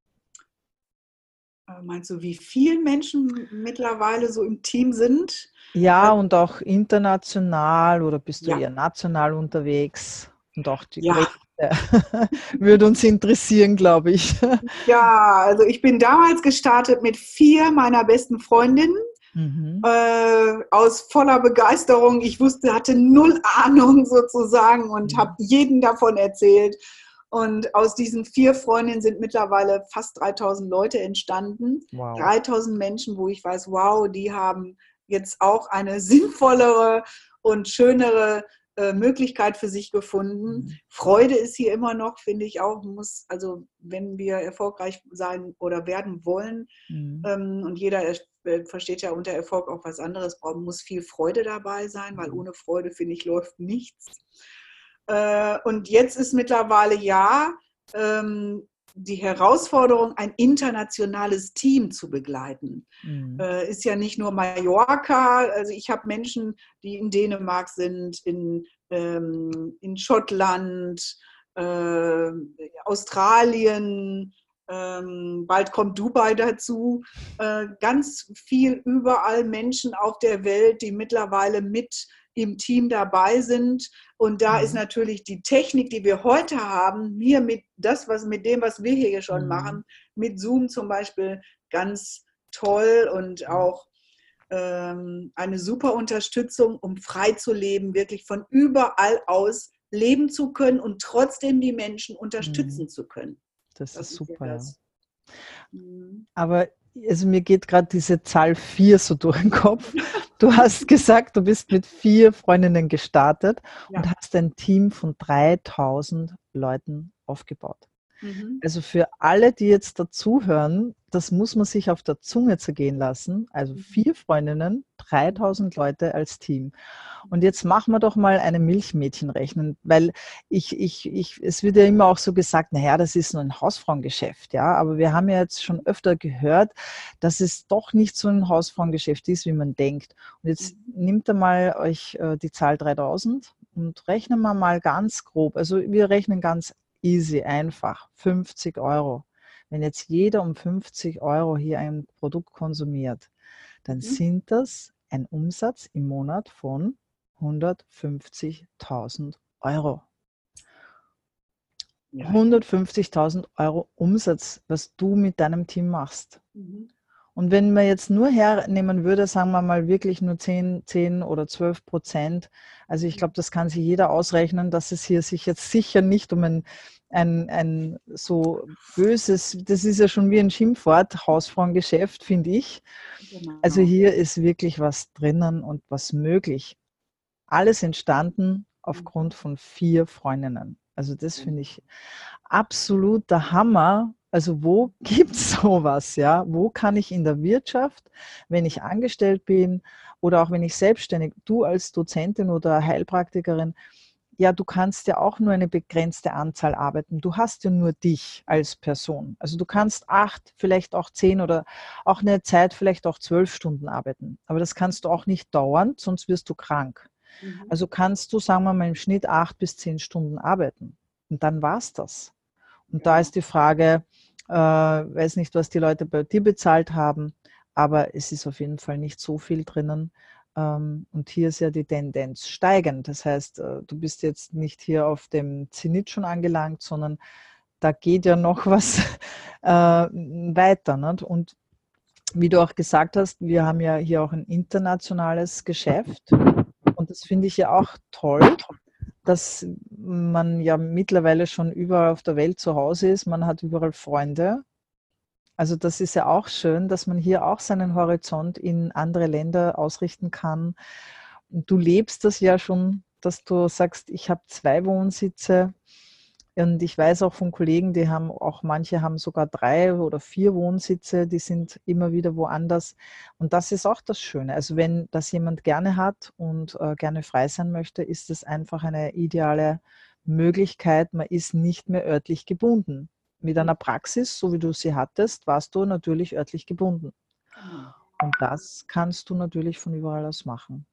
Äh, Meinst du, wie viele Menschen mittlerweile so im Team sind? Ja, Also, und auch international oder bist du ja, eher national unterwegs? Und auch die ja, Größe würde uns interessieren, glaube ich. ja, also ich bin damals gestartet mit vier meiner besten Freundinnen. Mhm. Äh, aus voller Begeisterung. Ich wusste, hatte null Ahnung sozusagen und habe Mhm. jeden davon erzählt. Und aus diesen vier Freundinnen sind mittlerweile fast dreitausend Leute entstanden. Wow. dreitausend Menschen, wo ich weiß, wow, die haben jetzt auch eine sinnvollere und schönere äh, Möglichkeit für sich gefunden. Mhm. Freude ist hier immer noch, finde ich auch, muss, also wenn wir erfolgreich sein oder werden wollen, Mhm. ähm, und jeder versteht ja unter Erfolg auch was anderes, muss viel Freude dabei sein, weil Mhm. ohne Freude, finde ich, läuft nichts. Äh, und jetzt ist mittlerweile ja ähm, die Herausforderung, ein internationales Team zu begleiten. Mhm. Äh, ist ja nicht nur Mallorca, also ich habe Menschen, die in Dänemark sind, in, ähm, in Schottland, äh, Australien, ähm, bald kommt Dubai dazu, äh, ganz viel überall Menschen auf der Welt, die mittlerweile mit im Team dabei sind. Und da ist Mhm. natürlich die Technik, die wir heute haben, hier mit das, was mit dem, was wir hier schon Mhm. machen, mit Zoom zum Beispiel, ganz toll und auch ähm, eine super Unterstützung, um frei zu leben, wirklich von überall aus leben zu können und trotzdem die Menschen Mhm. unterstützen zu können. Das ist Das ist ja super, ja. das. Mhm. Aber also mir geht gerade diese Zahl vier so durch den Kopf. Du hast gesagt, du bist mit vier Freundinnen gestartet und Ja. hast ein Team von dreitausend Leuten aufgebaut. Mhm. Also für alle, die jetzt dazuhören, das muss man sich auf der Zunge zergehen lassen. Also vier Freundinnen, dreitausend Leute als Team. Und jetzt machen wir doch mal eine Milchmädchenrechnung, weil ich, ich, ich, es wird ja immer auch so gesagt, naja, das ist nur ein Hausfrauengeschäft, ja. Aber wir haben ja jetzt schon öfter gehört, dass es doch nicht so ein Hausfrauengeschäft ist, wie man denkt. Und jetzt nimmt einmal euch äh, die Zahl dreitausend und rechnen wir mal ganz grob. Also wir rechnen ganz easy, einfach, fünfzig Euro. Wenn jetzt jeder um fünfzig Euro hier ein Produkt konsumiert, dann Mhm. sind das ein Umsatz im Monat von hundertfünfzigtausend Euro. Ja, ja. hundertfünfzigtausend Euro Umsatz, was du mit deinem Team machst. Mhm. Und wenn man jetzt nur hernehmen würde, sagen wir mal wirklich nur zehn, zehn oder zwölf Prozent, also ich glaube, das kann sich jeder ausrechnen, dass es hier sich jetzt sicher nicht um ein, ein, ein so böses, das ist ja schon wie ein Schimpfwort, Hausfrauengeschäft, finde ich. Also Genau. hier ist wirklich was drinnen und was möglich. Alles entstanden aufgrund von vier Freundinnen. Also das finde ich absolut der Hammer. Also wo gibt es sowas, ja? Wo kann ich in der Wirtschaft, wenn ich angestellt bin oder auch wenn ich selbstständig, du als Dozentin oder Heilpraktikerin, ja, du kannst ja auch nur eine begrenzte Anzahl arbeiten. Du hast ja nur dich als Person. Also du kannst acht, vielleicht auch zehn oder auch eine Zeit, vielleicht auch zwölf Stunden arbeiten. Aber das kannst du auch nicht dauernd, sonst wirst du krank. Mhm. Also kannst du, sagen wir mal, im Schnitt acht bis zehn Stunden arbeiten. Und dann war es das. Und da Genau. ist die Frage, äh, weiß nicht, was die Leute bei dir bezahlt haben, aber es ist auf jeden Fall nicht so viel drinnen. Ähm, und hier ist ja die Tendenz steigend. Das heißt, äh, du bist jetzt nicht hier auf dem Zenit schon angelangt, sondern da geht ja noch was äh, weiter. Nicht? Und wie du auch gesagt hast, wir haben ja hier auch ein internationales Geschäft. Und das finde ich ja auch toll, dass man ja mittlerweile schon überall auf der Welt zu Hause ist. Man hat überall Freunde. Also das ist ja auch schön, dass man hier auch seinen Horizont in andere Länder ausrichten kann. Und du lebst das ja schon, dass du sagst, ich habe zwei Wohnsitze. Und ich weiß auch von Kollegen, die haben auch, manche haben sogar drei oder vier Wohnsitze, die sind immer wieder woanders. Und das ist auch das Schöne. Also wenn das jemand gerne hat und äh, gerne frei sein möchte, ist es einfach eine ideale Möglichkeit. Man ist nicht mehr örtlich gebunden. Mit einer Praxis, so wie du sie hattest, warst du natürlich örtlich gebunden. Genau. Und das kannst du natürlich von überall aus machen.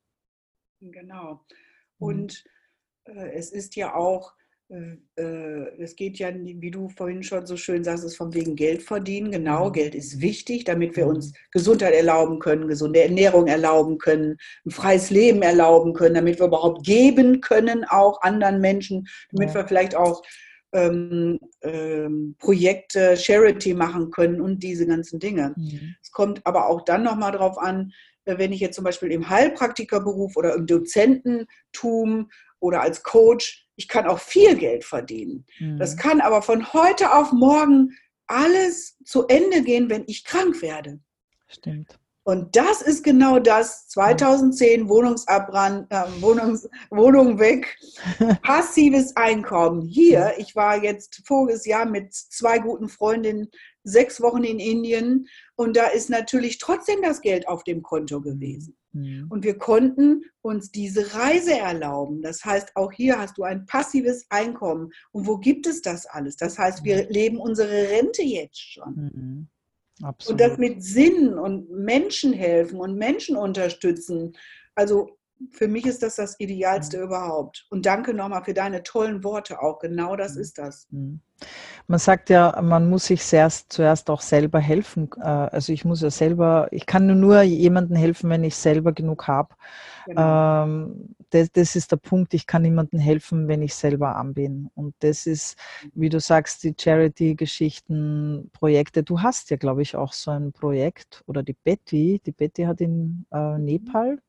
Genau. Mhm. Und äh, es ist ja auch, äh, äh, es geht ja, wie du vorhin schon so schön sagst, es ist von wegen Geld verdienen. Genau, Mhm. Geld ist wichtig, damit wir uns Mhm. Gesundheit erlauben können, gesunde Ernährung erlauben können, ein freies Leben erlauben können, damit wir überhaupt geben können, auch anderen Menschen, damit Ja. wir vielleicht auch ähm, ähm, Projekte, Charity machen können und diese ganzen Dinge. Mhm. Es kommt aber auch dann nochmal drauf an, wenn ich jetzt zum Beispiel im Heilpraktikerberuf oder im Dozententum oder als Coach, ich kann auch viel Geld verdienen. Das Mhm. kann aber von heute auf morgen alles zu Ende gehen, wenn ich krank werde. Stimmt. Und das ist genau das, zweitausendzehn Wohnungsabbrand, äh, Wohnungs, Wohnung weg, passives Einkommen. Hier, ich war jetzt voriges Jahr mit zwei guten Freundinnen sechs Wochen in Indien und da ist natürlich trotzdem das Geld auf dem Konto gewesen. Mhm. Und wir konnten uns diese Reise erlauben. Das heißt, auch hier hast du ein passives Einkommen. Und wo gibt es das alles? Das heißt, wir leben unsere Rente jetzt schon. Mhm. Und das Absolut. mit Sinn und Menschen helfen und Menschen unterstützen. Also für mich ist das das Idealste überhaupt. Und danke nochmal für deine tollen Worte auch. Genau das ist das. Mhm. Man sagt ja, man muss sich zuerst, zuerst auch selber helfen. Äh, Also ich muss ja selber, ich kann nur jemandem helfen, wenn ich selber genug habe. Genau. Ähm, das, das ist der Punkt, ich kann niemandem helfen, wenn ich selber arm bin. Und das ist, wie du sagst, die Charity-Geschichten, Projekte. Du hast ja, glaube ich, auch so ein Projekt oder die Betty, die Betty hat in äh, Nepal.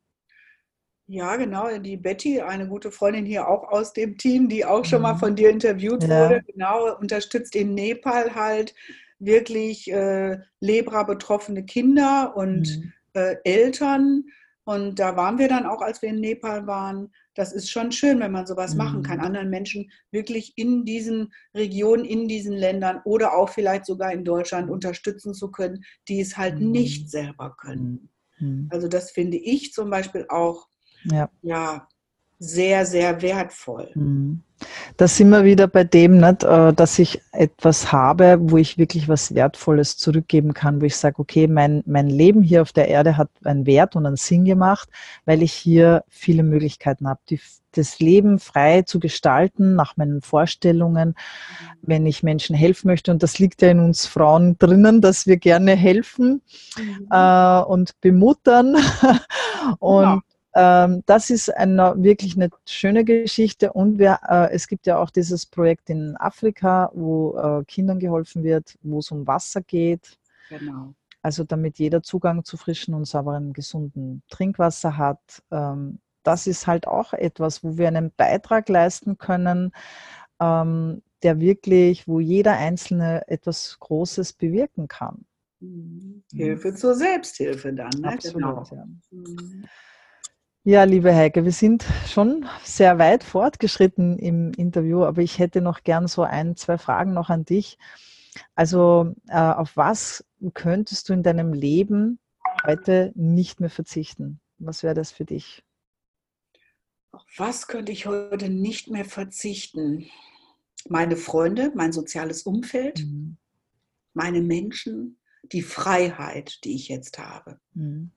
Ja, genau. Die Betty, eine gute Freundin hier auch aus dem Team, die auch schon mal Mhm. von dir interviewt wurde, Ja. genau, unterstützt in Nepal halt wirklich äh, Lepra-betroffene Kinder und Mhm. äh, Eltern. Und da waren wir dann auch, als wir in Nepal waren. Das ist schon schön, wenn man sowas machen kann, Mhm. anderen Menschen wirklich in diesen Regionen, in diesen Ländern oder auch vielleicht sogar in Deutschland unterstützen zu können, die es halt nicht Mhm. selber können. Mhm. Also das finde ich zum Beispiel auch Ja. ja, sehr, sehr wertvoll. Mhm. Da sind wir wieder bei dem, nicht, äh, dass ich etwas habe, wo ich wirklich was Wertvolles zurückgeben kann, wo ich sage, okay, mein, mein Leben hier auf der Erde hat einen Wert und einen Sinn gemacht, weil ich hier viele Möglichkeiten habe, die, das Leben frei zu gestalten, nach meinen Vorstellungen, wenn ich Menschen helfen möchte. Und das liegt ja in uns Frauen drinnen, dass wir gerne helfen Mhm. äh, und bemuttern. Genau. Und ähm, das ist eine, wirklich eine schöne Geschichte. Und wir, äh, es gibt ja auch dieses Projekt in Afrika, wo äh, Kindern geholfen wird, wo es um Wasser geht. Genau. Also damit jeder Zugang zu frischem und sauberem, gesunden Trinkwasser hat. Ähm, das ist halt auch etwas, wo wir einen Beitrag leisten können, ähm, der wirklich, wo jeder Einzelne etwas Großes bewirken kann. Mhm. Mhm. Hilfe zur Selbsthilfe dann, ne? Absolut, Genau. ja. Mhm. Ja, liebe Heike, wir sind schon sehr weit fortgeschritten im Interview, aber ich hätte noch gern so ein, zwei Fragen noch an dich. Also, äh, auf was könntest du in deinem Leben heute nicht mehr verzichten? Was wäre das für dich? Auf was könnte ich heute nicht mehr verzichten? Meine Freunde, mein soziales Umfeld, Mhm. meine Menschen, die Freiheit, die ich jetzt habe. Mhm.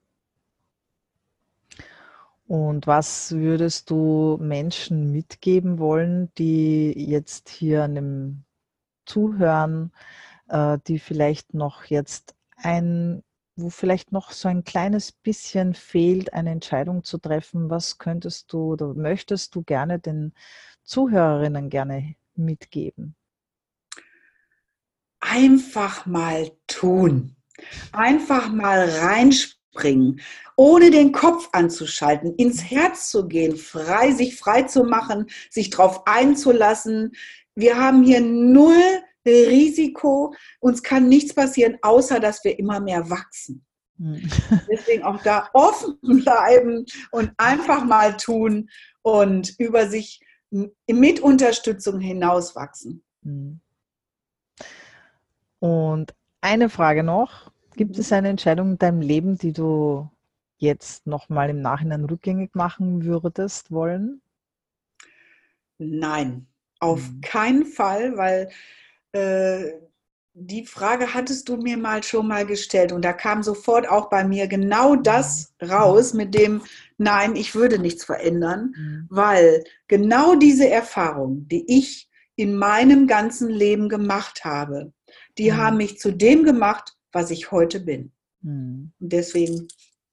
Und was würdest du Menschen mitgeben wollen, die jetzt hier an dem Zuhören, äh, die vielleicht noch jetzt ein, wo vielleicht noch so ein kleines bisschen fehlt, eine Entscheidung zu treffen? Was könntest du oder möchtest du gerne den Zuhörerinnen gerne mitgeben? Einfach mal tun. Einfach mal reinspringen, ohne den Kopf anzuschalten, ins Herz zu gehen, frei, sich frei zu machen, sich darauf einzulassen. Wir haben hier null Risiko. Uns kann nichts passieren, außer dass wir immer mehr wachsen. Hm. Deswegen auch da offen bleiben und einfach mal tun und über sich mit Unterstützung hinauswachsen. Hm. Und eine Frage noch. Gibt es Mhm. eine Entscheidung in deinem Leben, die du jetzt nochmal im Nachhinein rückgängig machen würdest wollen? Nein, auf Hm. keinen Fall, weil äh, die Frage hattest du mir mal schon mal gestellt und da kam sofort auch bei mir genau Hm. das raus mit dem, nein, ich würde nichts verändern, Hm. weil genau diese Erfahrung, die ich in meinem ganzen Leben gemacht habe, die haben Hm. mich zu dem gemacht, was ich heute bin. Hm. Und deswegen,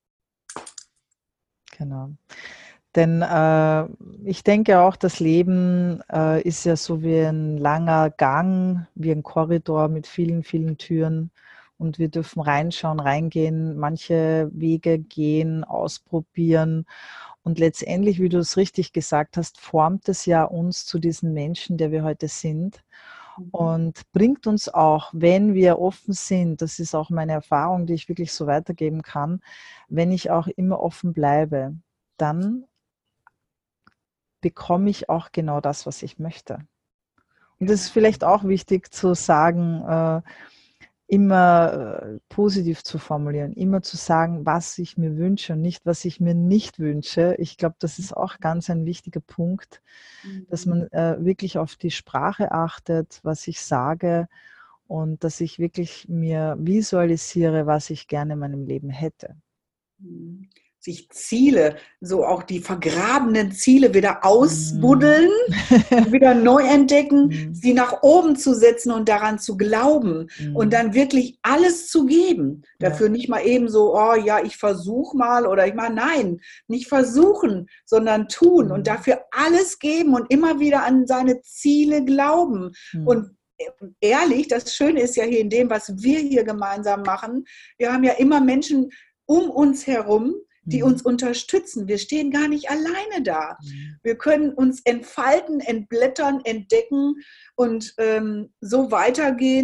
Genau. Denn äh, ich denke auch, das Leben äh, ist ja so wie ein langer Gang, wie ein Korridor mit vielen, vielen Türen. Und wir dürfen reinschauen, reingehen, manche Wege gehen, ausprobieren. Und letztendlich, wie du es richtig gesagt hast, formt es ja uns zu diesen Menschen, der wir heute sind. Und bringt uns auch, wenn wir offen sind, das ist auch meine Erfahrung, die ich wirklich so weitergeben kann, wenn ich auch immer offen bleibe, dann bekomme ich auch genau das, was ich möchte. Und das ist vielleicht auch wichtig zu sagen, äh, immer äh, positiv zu formulieren, immer zu sagen, was ich mir wünsche und nicht, was ich mir nicht wünsche. Ich glaube, das ist auch ganz ein wichtiger Punkt, dass man äh, wirklich auf die Sprache achtet, was ich sage und dass ich wirklich mir visualisiere, was ich gerne in meinem Leben hätte. sich Ziele, so auch die vergrabenen Ziele wieder Mm. ausbuddeln und wieder neu entdecken, Mm. sie nach oben zu setzen und daran zu glauben und Mm. dann wirklich alles zu geben. Ja. Dafür nicht mal eben so, oh ja, ich versuche mal oder ich mal, nein, nicht versuchen, sondern tun und Mm. dafür alles geben und immer wieder an seine Ziele glauben. Mm. Und ehrlich, das Schöne ist ja hier in dem, was wir hier gemeinsam machen, wir haben ja immer Menschen um uns herum, die uns unterstützen. Wir stehen gar nicht alleine da. Wir können uns entfalten, entblättern, entdecken und ähm, so weitergehen.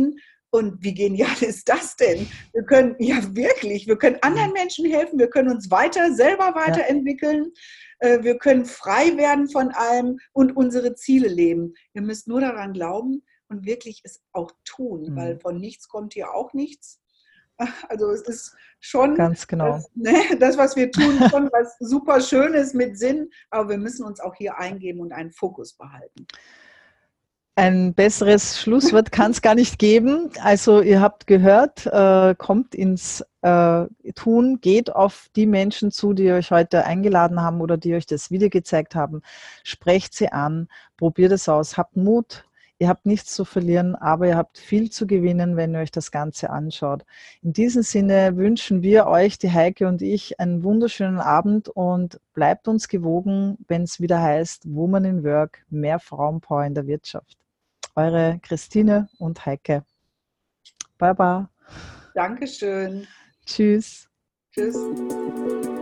Und wie genial ist das denn? Wir können, ja wirklich, wir können anderen Menschen helfen, wir können uns weiter, selber weiterentwickeln, ja. Wir können frei werden von allem und unsere Ziele leben. Ihr müsst nur daran glauben und wirklich es auch tun, mhm. weil von nichts kommt hier auch nichts. Also es ist schon ganz genau. das, ne, das, was wir tun, schon was super Schönes mit Sinn, aber wir müssen uns auch hier eingeben und einen Fokus behalten. Ein besseres Schlusswort kann es gar nicht geben. Also ihr habt gehört, äh, kommt ins äh, Tun, geht auf die Menschen zu, die euch heute eingeladen haben oder die euch das Video gezeigt haben. Sprecht sie an, probiert es aus, habt Mut. Ihr habt nichts zu verlieren, aber ihr habt viel zu gewinnen, wenn ihr euch das Ganze anschaut. In diesem Sinne wünschen wir euch, die Heike und ich, einen wunderschönen Abend und bleibt uns gewogen, wenn es wieder heißt Woman in Work, mehr Frauenpower in der Wirtschaft. Eure Christine und Heike. Baba. Dankeschön. Tschüss. Tschüss.